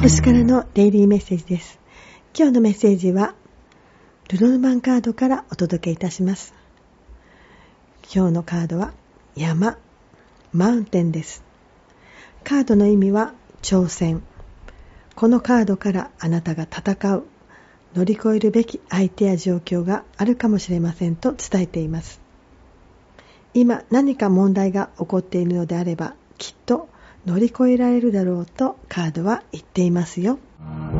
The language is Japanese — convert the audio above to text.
星からのデイリーメッセージです。今日のメッセージはルノルマンカードからお届けいたします。今日のカードは山、マウンテンです。カードの意味は挑戦。このカードからあなたが戦う、乗り越えるべき相手や状況があるかもしれませんと伝えています。今何か問題が起こっているのであれば、きっと乗り越えられるだろうとカードは言っていますよ。